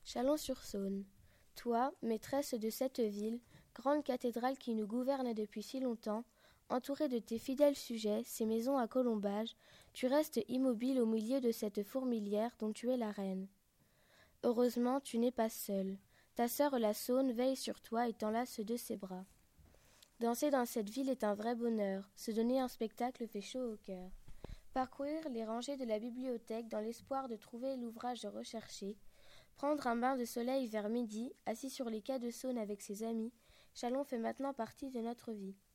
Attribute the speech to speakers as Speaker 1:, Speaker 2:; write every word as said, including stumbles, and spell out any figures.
Speaker 1: Chalon-sur-Saône. Toi, maîtresse de cette ville, grande cathédrale qui nous gouverne depuis si longtemps, entourée de tes fidèles sujets, ces maisons à colombages, tu restes immobile au milieu de cette fourmilière dont tu es la reine. Heureusement, tu n'es pas seule. Ta sœur la Saône veille sur toi et t'enlace de ses bras. Danser dans cette ville est un vrai bonheur, se donner un spectacle fait chaud au cœur. Parcourir les rangées de la bibliothèque dans l'espoir de trouver l'ouvrage recherché, prendre un bain de soleil vers midi, assis sur les quais de Saône avec ses amis, Chalon fait maintenant partie de notre vie.